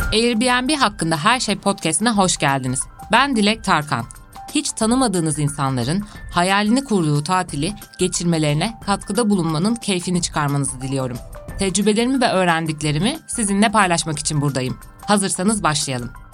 Airbnb hakkında her şey podcast'ine hoş geldiniz. Ben Dilek Tarkan. Hiç tanımadığınız insanların hayalini kurduğu tatili geçirmelerine katkıda bulunmanın keyfini çıkarmanızı diliyorum. Tecrübelerimi ve öğrendiklerimi sizinle paylaşmak için buradayım. Hazırsanız başlayalım.